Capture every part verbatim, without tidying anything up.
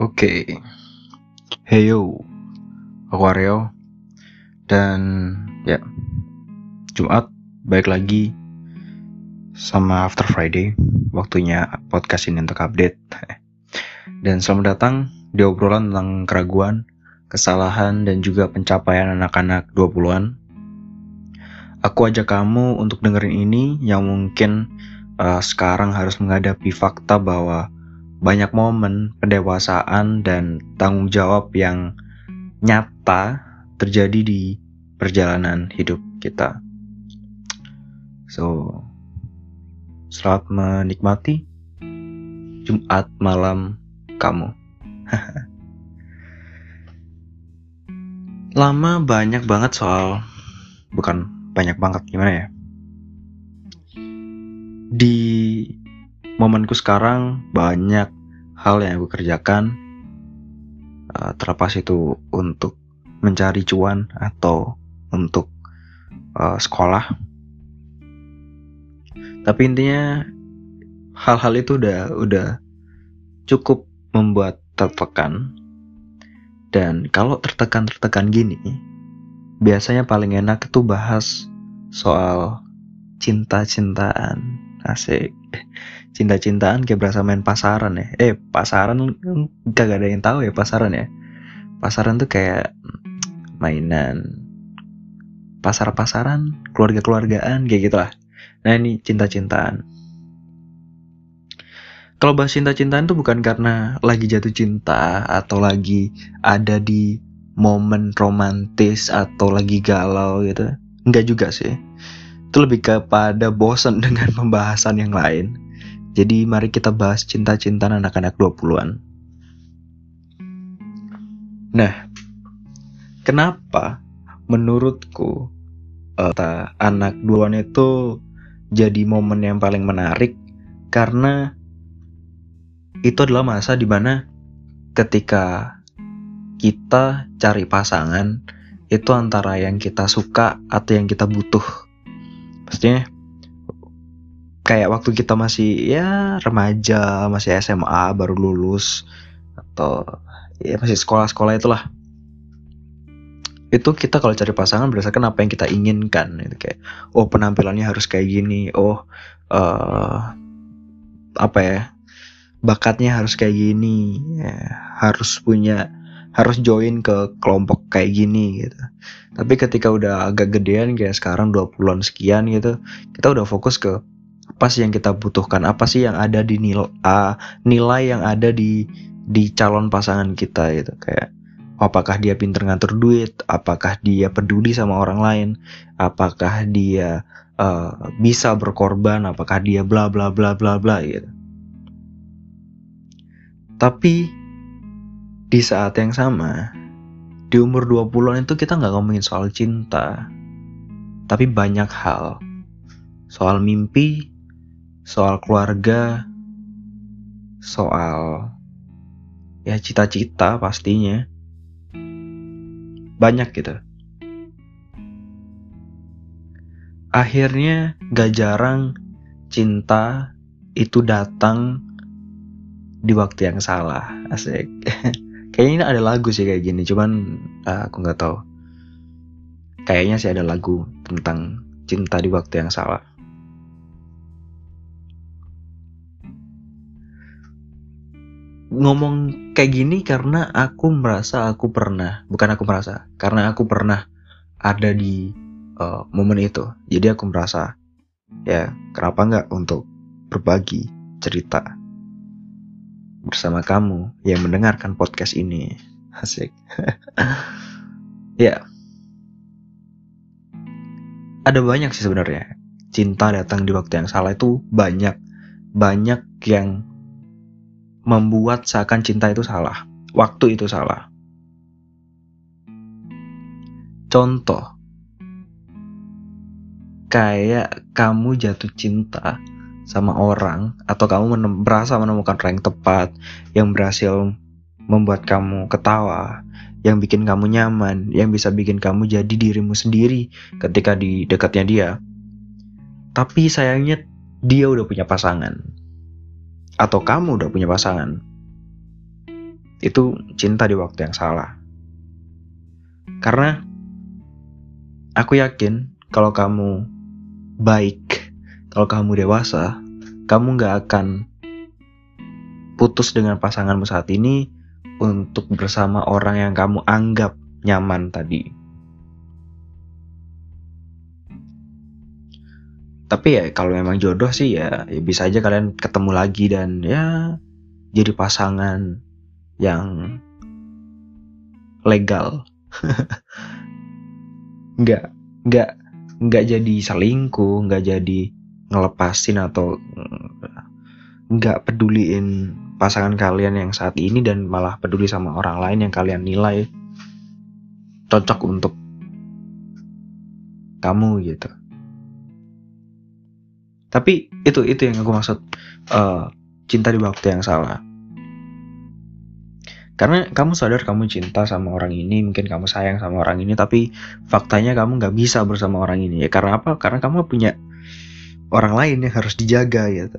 Oke, hey yo, aku Aryo dan ya Jumat baik lagi sama After Friday, waktunya podcast ini untuk update. Dan selamat datang di obrolan tentang keraguan, kesalahan dan juga pencapaian anak-anak dua puluhan. Aku ajak kamu untuk dengerin ini yang mungkin uh, sekarang harus menghadapi fakta bahwa banyak momen pendewasaan dan tanggung jawab yang nyata terjadi di perjalanan hidup kita. So, selamat menikmati Jumat malam kamu. Lama banyak banget soal, bukan banyak banget gimana ya? Di momenku sekarang banyak hal yang aku kerjakan, uh, terlepas itu untuk mencari cuan atau untuk uh, sekolah. Tapi intinya hal-hal itu udah udah cukup membuat tertekan. Dan kalau tertekan-tertekan gini, biasanya paling enak itu bahas soal cinta-cintaan. Asik. Cinta-cintaan kayak berasa main pasaran ya. Eh, pasaran kagak ada yang tahu ya pasaran ya. Pasaran tuh kayak mainan pasar-pasaran, keluarga-keluargaan kayak gitulah. Nah, ini cinta-cintaan. Kalau bahas cinta-cintaan tuh bukan karena lagi jatuh cinta atau lagi ada di momen romantis atau lagi galau gitu. Enggak juga sih. Itu lebih kepada bosan dengan pembahasan yang lain. Jadi mari kita bahas cinta-cintaan anak-anak dua puluhan. Nah, kenapa menurutku uh, anak dua puluhan itu jadi momen yang paling menarik? Karena itu adalah masa dimana ketika kita cari pasangan itu antara yang kita suka atau yang kita butuh. Pastinya kayak waktu kita masih ya remaja, masih S M A baru lulus atau ya masih sekolah-sekolah itulah. Itu kita kalau cari pasangan berdasarkan apa yang kita inginkan. Itu kayak oh penampilannya harus kayak gini, oh uh, apa ya bakatnya harus kayak gini, ya, harus punya harus join ke kelompok kayak gini gitu. Tapi ketika udah agak gedean kayak sekarang dua puluhan sekian gitu, kita udah fokus ke apa sih yang kita butuhkan, apa sih yang ada di nilai, uh, nilai yang ada di di calon pasangan kita gitu. Kayak apakah dia pinter ngatur duit, apakah dia peduli sama orang lain, apakah dia uh, bisa berkorban, apakah dia bla bla bla bla bla gitu. Tapi di saat yang sama, di umur dua puluhan itu kita gak ngomongin soal cinta, tapi banyak hal. Soal mimpi, soal keluarga, soal ya cita-cita pastinya. Banyak gitu. Akhirnya gak jarang cinta itu datang di waktu yang salah. Asik. Kayaknya ini ada lagu sih kayak gini, cuman uh, aku gak tahu. Kayaknya sih ada lagu tentang cinta di waktu yang salah. Ngomong kayak gini karena aku merasa aku pernah, bukan aku merasa, karena aku pernah ada di uh, momen itu. Jadi aku merasa, ya kenapa nggak untuk berbagi cerita bersama kamu yang mendengarkan podcast ini. Asik. Ya, ada banyak sih sebenarnya. Cinta datang di waktu yang salah itu banyak, banyak yang membuat seakan cinta itu salah, waktu itu salah. Contoh, kayak kamu jatuh cinta sama orang atau kamu menem- berasa menemukan orang yang tepat, yang berhasil membuat kamu ketawa, yang bikin kamu nyaman, yang bisa bikin kamu jadi dirimu sendiri ketika di dekatnya dia. Tapi sayangnya dia udah punya pasangan. Atau kamu udah punya pasangan. itu cinta di waktu yang salah. Karena aku yakin kalau kamu baik, kalau kamu dewasa, kamu gak akan putus dengan pasanganmu saat ini untuk bersama orang yang kamu anggap nyaman tadi. Tapi ya kalau memang jodoh sih ya, ya bisa aja kalian ketemu lagi dan ya jadi pasangan yang legal. Nggak, nggak, nggak jadi selingkuh, nggak jadi ngelepasin atau nggak peduliin pasangan kalian yang saat ini dan malah peduli sama orang lain yang kalian nilai cocok untuk kamu gitu. Tapi itu itu yang aku maksud uh, cinta di waktu yang salah. Karena kamu sadar kamu cinta sama orang ini, mungkin kamu sayang sama orang ini, tapi faktanya kamu gak bisa bersama orang ini. Ya karena apa? Karena kamu punya orang lain yang harus dijaga gitu.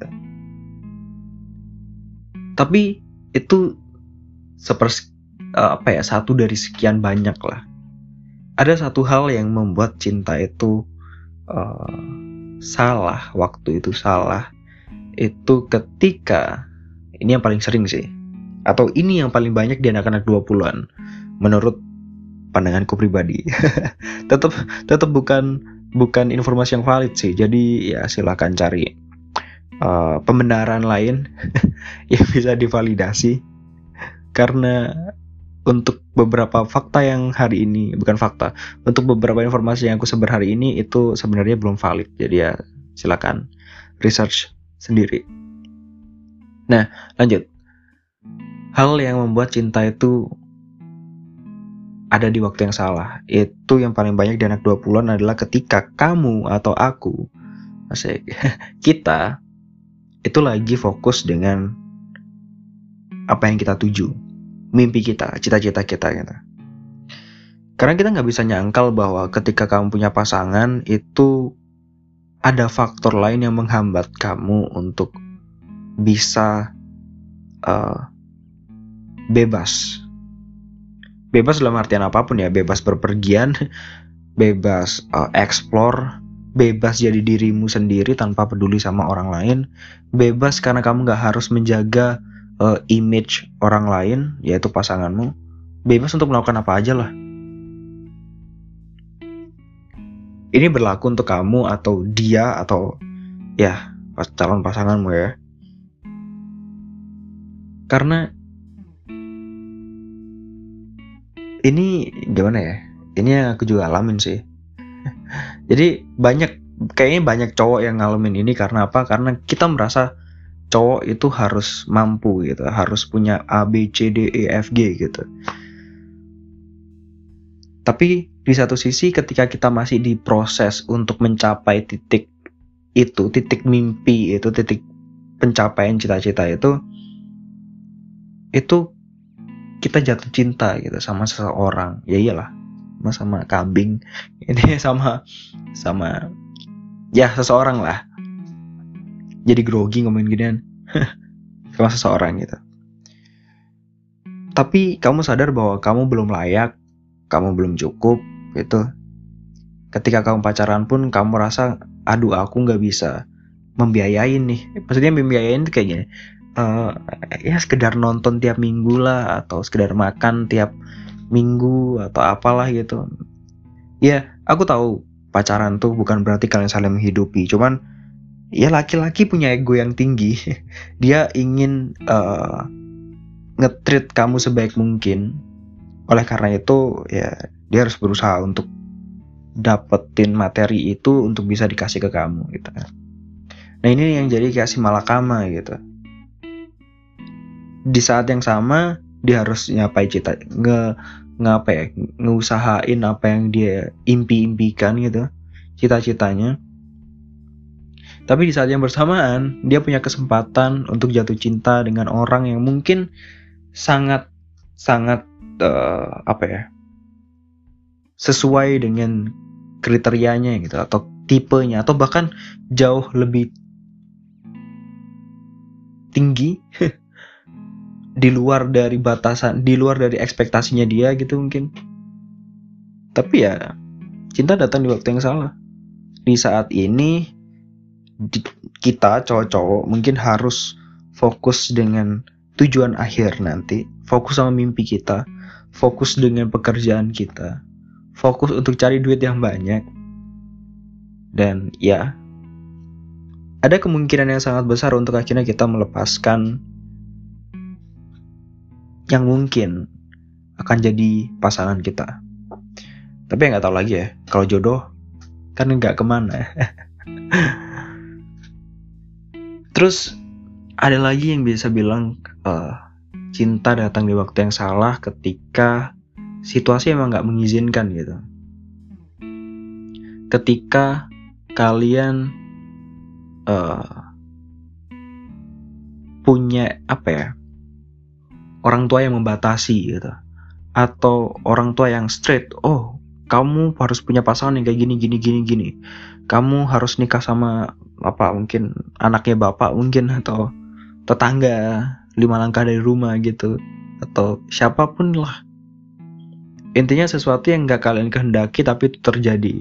Tapi itu sepers uh, apa ya satu dari sekian banyak lah. Ada satu hal yang membuat cinta itu uh, salah, waktu itu salah. Itu ketika, ini yang paling sering sih, atau ini yang paling banyak di anak-anak dua puluhan menurut pandanganku pribadi. tetap tetap bukan bukan informasi yang valid sih. Jadi ya silakan cari uh, pembenaran lain yang bisa divalidasi. Karena untuk beberapa fakta yang hari ini, bukan fakta, untuk beberapa informasi yang aku sebar hari ini itu sebenarnya belum valid. Jadi ya silakan research sendiri. Nah, lanjut. Hal yang membuat cinta itu ada di waktu yang salah, itu yang paling banyak di anak dua puluhan adalah ketika kamu atau aku, asik, kita itu lagi fokus dengan apa yang kita tuju, mimpi kita, cita-cita kita gitu. Karena kita nggak bisa nyangkal bahwa ketika kamu punya pasangan itu ada faktor lain yang menghambat kamu untuk bisa uh, bebas. Bebas dalam artian apapun ya, bebas berpergian, bebas uh, explore, bebas jadi dirimu sendiri tanpa peduli sama orang lain, bebas karena kamu gak harus menjaga uh, image orang lain, yaitu pasanganmu, bebas untuk melakukan apa aja lah. Ini berlaku untuk kamu atau dia atau ya calon pasanganmu ya. Karena ini gimana ya? Ini yang aku juga alamin sih. Jadi banyak, kayaknya banyak cowok yang ngalamin ini karena apa? Karena kita merasa cowok itu harus mampu gitu, harus punya A, B, C, D, E, F, G gitu. Tapi di satu sisi ketika kita masih diproses untuk mencapai titik itu, titik mimpi itu, titik pencapaian cita-cita itu, itu kita jatuh cinta gitu sama seseorang. Ya iyalah, sama kambing, ini sama sama ya seseorang lah. Jadi grogi ngomongin ginian sama seseorang gitu. Tapi kamu sadar bahwa kamu belum layak, kamu belum cukup gitu. Ketika kamu pacaran pun kamu rasa, aduh aku nggak bisa membiayain nih. Maksudnya membiayain tuh kayak gini. Uh, ya sekedar nonton tiap minggu lah, atau sekedar makan tiap minggu atau apalah gitu. Ya aku tahu pacaran tuh bukan berarti kalian saling menghidupi, cuman ya laki-laki punya ego yang tinggi. Dia ingin uh, nge-treat kamu sebaik mungkin. Oleh karena itu ya dia harus berusaha untuk dapetin materi itu untuk bisa dikasih ke kamu gitu. Nah ini yang jadi kasih malakama gitu. Di saat yang sama dia harus nyapai cita, nge ngapa ya, ngeusahain apa yang dia impi-impikan gitu, cita-citanya. Tapi di saat yang bersamaan dia punya kesempatan untuk jatuh cinta dengan orang yang mungkin sangat sangat uh, apa ya, sesuai dengan kriterianya gitu, atau tipenya, atau bahkan jauh lebih tinggi di luar dari batasan, di luar dari ekspektasinya dia gitu mungkin. Tapi ya cinta datang di waktu yang salah. Di saat ini di, kita cowok-cowok mungkin harus fokus dengan tujuan akhir nanti, fokus sama mimpi kita, fokus dengan pekerjaan kita, fokus untuk cari duit yang banyak. Dan ya ada kemungkinan yang sangat besar untuk akhirnya kita melepaskan yang mungkin akan jadi pasangan kita. Tapi ya gak tahu lagi ya, kalau jodoh kan gak kemana. Terus ada lagi yang bisa bilang uh, cinta datang di waktu yang salah ketika situasi emang gak mengizinkan gitu. Ketika kalian uh, punya apa ya, orang tua yang membatasi gitu, atau orang tua yang straight, oh kamu harus punya pasangan yang kayak gini gini gini gini, kamu harus nikah sama apa mungkin anaknya bapak mungkin, atau tetangga lima langkah dari rumah gitu, atau siapapun lah. Intinya sesuatu yang gak kalian kehendaki tapi itu terjadi.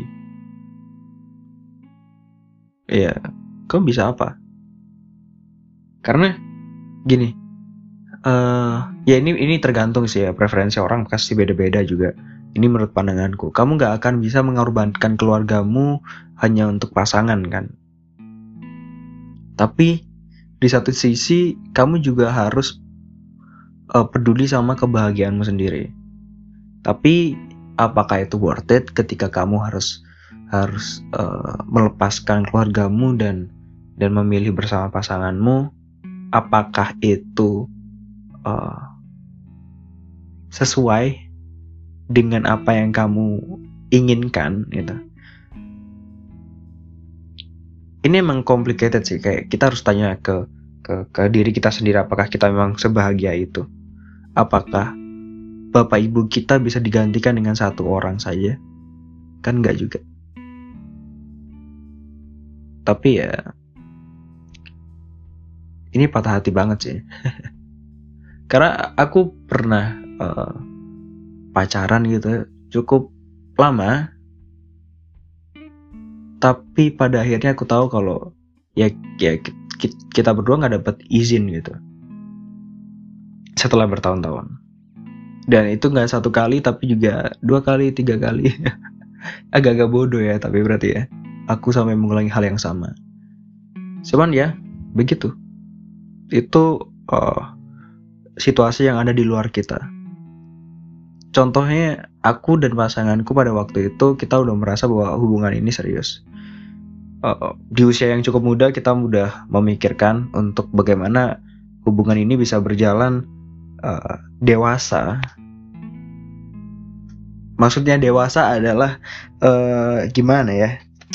Ya, kamu bisa apa? Karena gini, uh, ya ini ini tergantung sih ya, preferensi orang pasti beda-beda juga. Ini menurut pandanganku. Kamu gak akan bisa mengorbankan keluargamu hanya untuk pasangan kan. Tapi di satu sisi kamu juga harus uh, peduli sama kebahagiaanmu sendiri. Tapi apakah itu worth it ketika kamu harus harus uh, melepaskan keluargamu dan dan memilih bersama pasanganmu? Apakah itu uh, sesuai dengan apa yang kamu inginkan gitu? Ini emang complicated sih, kayak kita harus tanya ke ke ke diri kita sendiri, apakah kita memang sebahagia itu? Apakah bapak ibu kita bisa digantikan dengan satu orang saja? Kan enggak juga. Tapi ya ini patah hati banget sih. Karena aku pernah uh, pacaran gitu cukup lama, tapi pada akhirnya aku tahu kalau ya, ya kita berdua nggak dapet izin gitu setelah bertahun-tahun. Dan itu nggak satu kali tapi juga dua kali, tiga kali. Agak-agak bodoh ya, tapi berarti ya aku sampai mengulangi hal yang sama. Cuman ya begitu. Itu uh, situasi yang ada di luar kita. Contohnya aku dan pasanganku pada waktu itu kita udah merasa bahwa hubungan ini serius. Uh, di usia yang cukup muda kita udah memikirkan untuk bagaimana hubungan ini bisa berjalan uh, dewasa. Maksudnya dewasa adalah uh, gimana ya?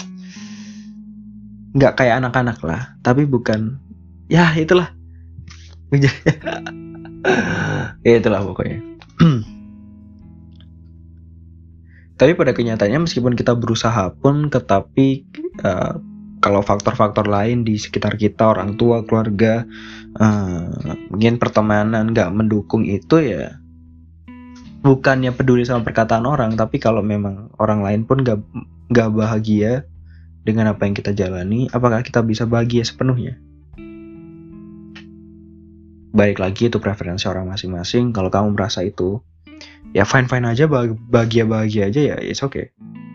Nggak kayak anak-anak lah, tapi bukan. Ya itulah. Ya itulah pokoknya. Tapi pada kenyataannya meskipun kita berusaha pun, tetapi uh, kalau faktor-faktor lain di sekitar kita, orang tua, keluarga, uh, mungkin pertemanan nggak mendukung itu, ya bukannya peduli sama perkataan orang, tapi kalau memang orang lain pun nggak nggak bahagia dengan apa yang kita jalani, apakah kita bisa bahagia sepenuhnya? Balik lagi itu preferensi orang masing-masing. Kalau kamu merasa itu ya fine-fine aja, bahagia-bahagia aja, ya it's okay.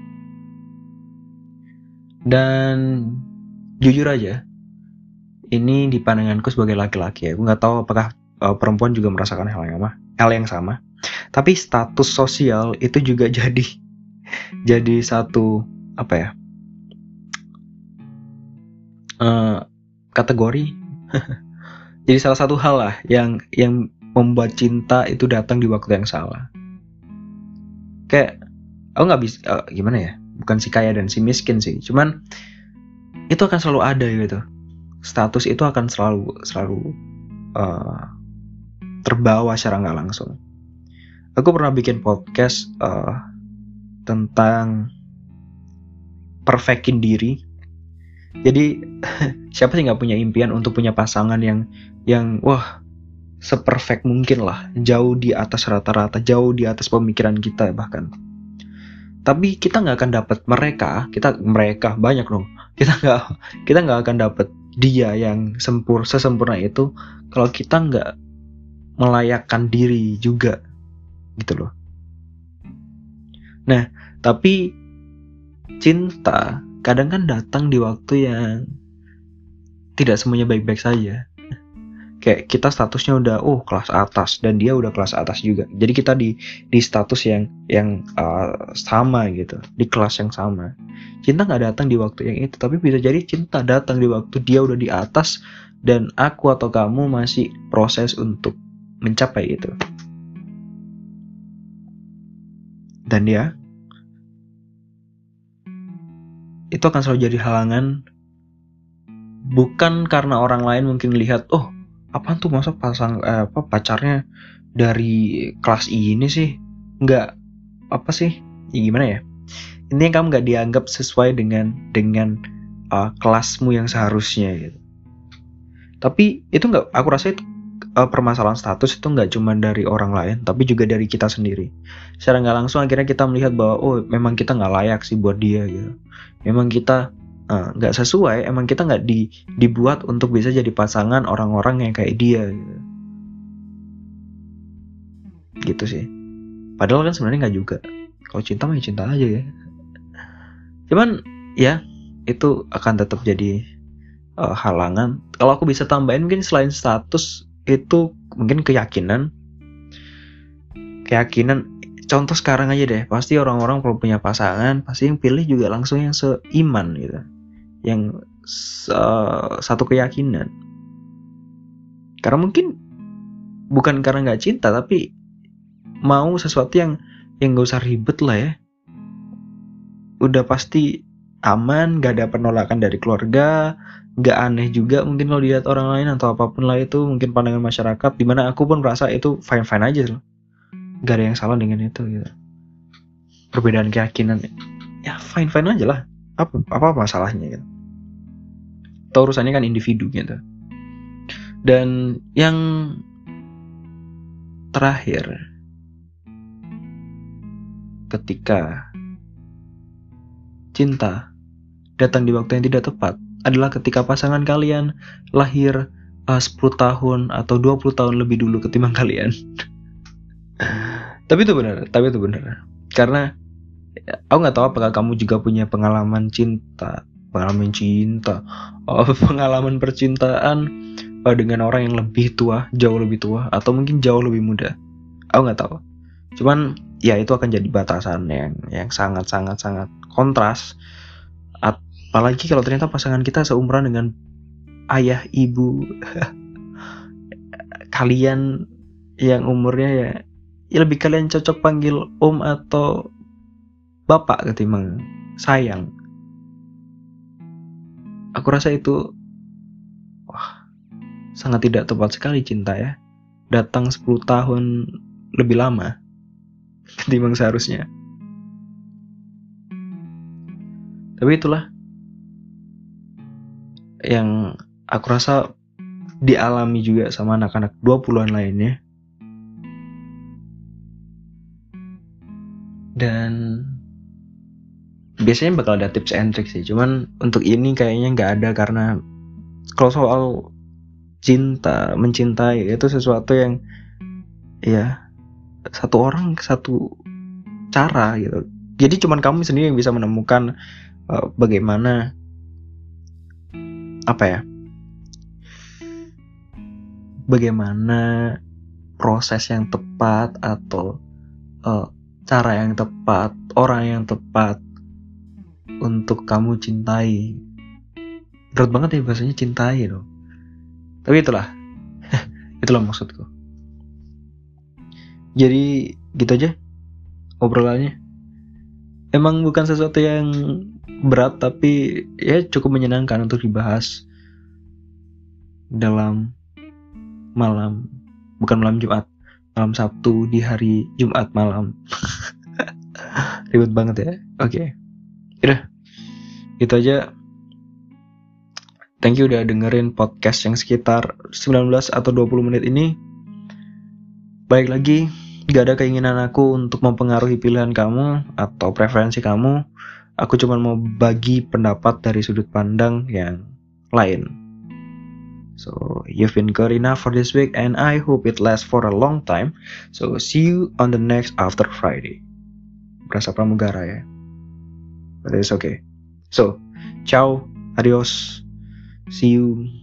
Dan jujur aja, ini di pandanganku sebagai laki-laki ya, aku nggak tahu apakah uh, perempuan juga merasakan hal yang sama, hal yang sama. Tapi status sosial itu juga jadi jadi satu apa ya, uh, kategori. Jadi salah satu hal lah yang yang membuat cinta itu datang di waktu yang salah. Kayak aku nggak bisa uh, gimana ya, bukan si kaya dan si miskin sih, cuman itu akan selalu ada gitu. Status itu akan selalu selalu uh, terbawa secara nggak langsung. Aku pernah bikin podcast uh, tentang perfectin diri. Jadi siapa sih nggak punya impian untuk punya pasangan yang yang wah seperfect mungkin lah, jauh di atas rata-rata, jauh di atas pemikiran kita bahkan. Tapi kita nggak akan dapat mereka, kita mereka banyak dong. Kita nggak kita nggak akan dapat dia yang sempur sesempurna itu kalau kita nggak melayakkan diri juga, gitu loh. Nah, tapi cinta kadang kan datang di waktu yang tidak semuanya baik-baik saja. Kayak kita statusnya udah oh kelas atas dan dia udah kelas atas juga. Jadi kita di di status yang yang uh, sama gitu, di kelas yang sama. Cinta nggak datang di waktu yang itu, tapi bisa jadi cinta datang di waktu dia udah di atas dan aku atau kamu masih proses untuk mencapai itu. Dan ya, itu akan selalu jadi halangan, bukan karena orang lain mungkin lihat oh apaan tuh masa pasang eh, apa pacarnya dari kelas ini sih, nggak apa sih ya gimana ya, intinya kamu nggak dianggap sesuai dengan dengan uh, kelasmu yang seharusnya gitu. Tapi itu nggak, aku rasa itu uh, permasalahan status itu nggak cuma dari orang lain tapi juga dari kita sendiri. Secara nggak langsung akhirnya kita melihat bahwa oh memang kita nggak layak sih buat dia gitu, memang kita nggak uh, sesuai, emang kita nggak di, dibuat untuk bisa jadi pasangan orang-orang yang kayak dia gitu. Gitu sih. Padahal kan sebenarnya nggak juga. Kalau cinta mah ya cinta aja ya. Cuman ya itu akan tetap jadi uh, halangan. Kalau aku bisa tambahin mungkin selain status itu mungkin keyakinan. Keyakinan. Contoh sekarang aja deh. Pasti orang-orang kalau punya pasangan pasti yang pilih juga langsung yang seiman gitu. Yang uh, satu keyakinan. Karena mungkin bukan karena nggak cinta, tapi mau sesuatu yang yang nggak usah ribet lah ya. Udah pasti aman, nggak ada penolakan dari keluarga, nggak aneh juga mungkin kalau dilihat orang lain atau apapun lah itu, mungkin pandangan masyarakat. Dimana aku pun merasa itu fine fine aja loh, nggak ada yang salah dengan itu gitu. Perbedaan keyakinan ya fine fine aja lah. Apa apa masalahnya gitu. Atau urusannya kan individu gitu. Dan yang terakhir, ketika cinta datang di waktu yang tidak tepat adalah ketika pasangan kalian lahir uh, sepuluh tahun atau dua puluh tahun lebih dulu ketimbang kalian. Tapi itu benar, tapi itu benar. Karena aku nggak tahu apakah kamu juga punya pengalaman cinta, pengalaman cinta, oh, pengalaman percintaan uh, dengan orang yang lebih tua, jauh lebih tua, atau mungkin jauh lebih muda. Aku nggak tahu. Cuman ya itu akan jadi batasan yang yang sangat sangat sangat kontras. Apalagi kalau ternyata pasangan kita seumuran dengan ayah ibu kalian yang umurnya ya, ya lebih kalian cocok panggil om atau bapak ketimbang sayang. Aku rasa itu wah, sangat tidak tepat sekali cinta ya. Datang sepuluh tahun lebih lama ketimbang seharusnya. Tapi itulah yang aku rasa dialami juga sama anak-anak dua puluhan lainnya. Dan biasanya bakal ada tips and trick sih. Cuman untuk ini kayaknya gak ada, karena kalau soal cinta, mencintai itu sesuatu yang ya satu orang satu cara gitu. Jadi cuman kamu sendiri yang bisa menemukan uh, bagaimana apa ya, bagaimana proses yang tepat atau uh, cara yang tepat, orang yang tepat untuk kamu cintai. Berat banget ya bahasanya cintai loh. Tapi itulah itulah maksudku. Jadi gitu aja obrolannya. Emang bukan sesuatu yang berat, tapi ya cukup menyenangkan untuk dibahas dalam malam, bukan malam Jumat, malam Sabtu di hari Jumat malam. Ribet banget ya. Oke, okay. Udah gitu aja. Thank you udah dengerin podcast yang sekitar sembilan belas atau dua puluh menit ini. Baik lagi, gak ada keinginan aku untuk mempengaruhi pilihan kamu atau preferensi kamu. Aku cuma mau bagi pendapat dari sudut pandang yang lain. So, you've been good enough for this week and I hope it lasts for a long time. So, see you on the next After Friday. Berasa pramugara ya. But it's okay. So, ciao, adios, see you.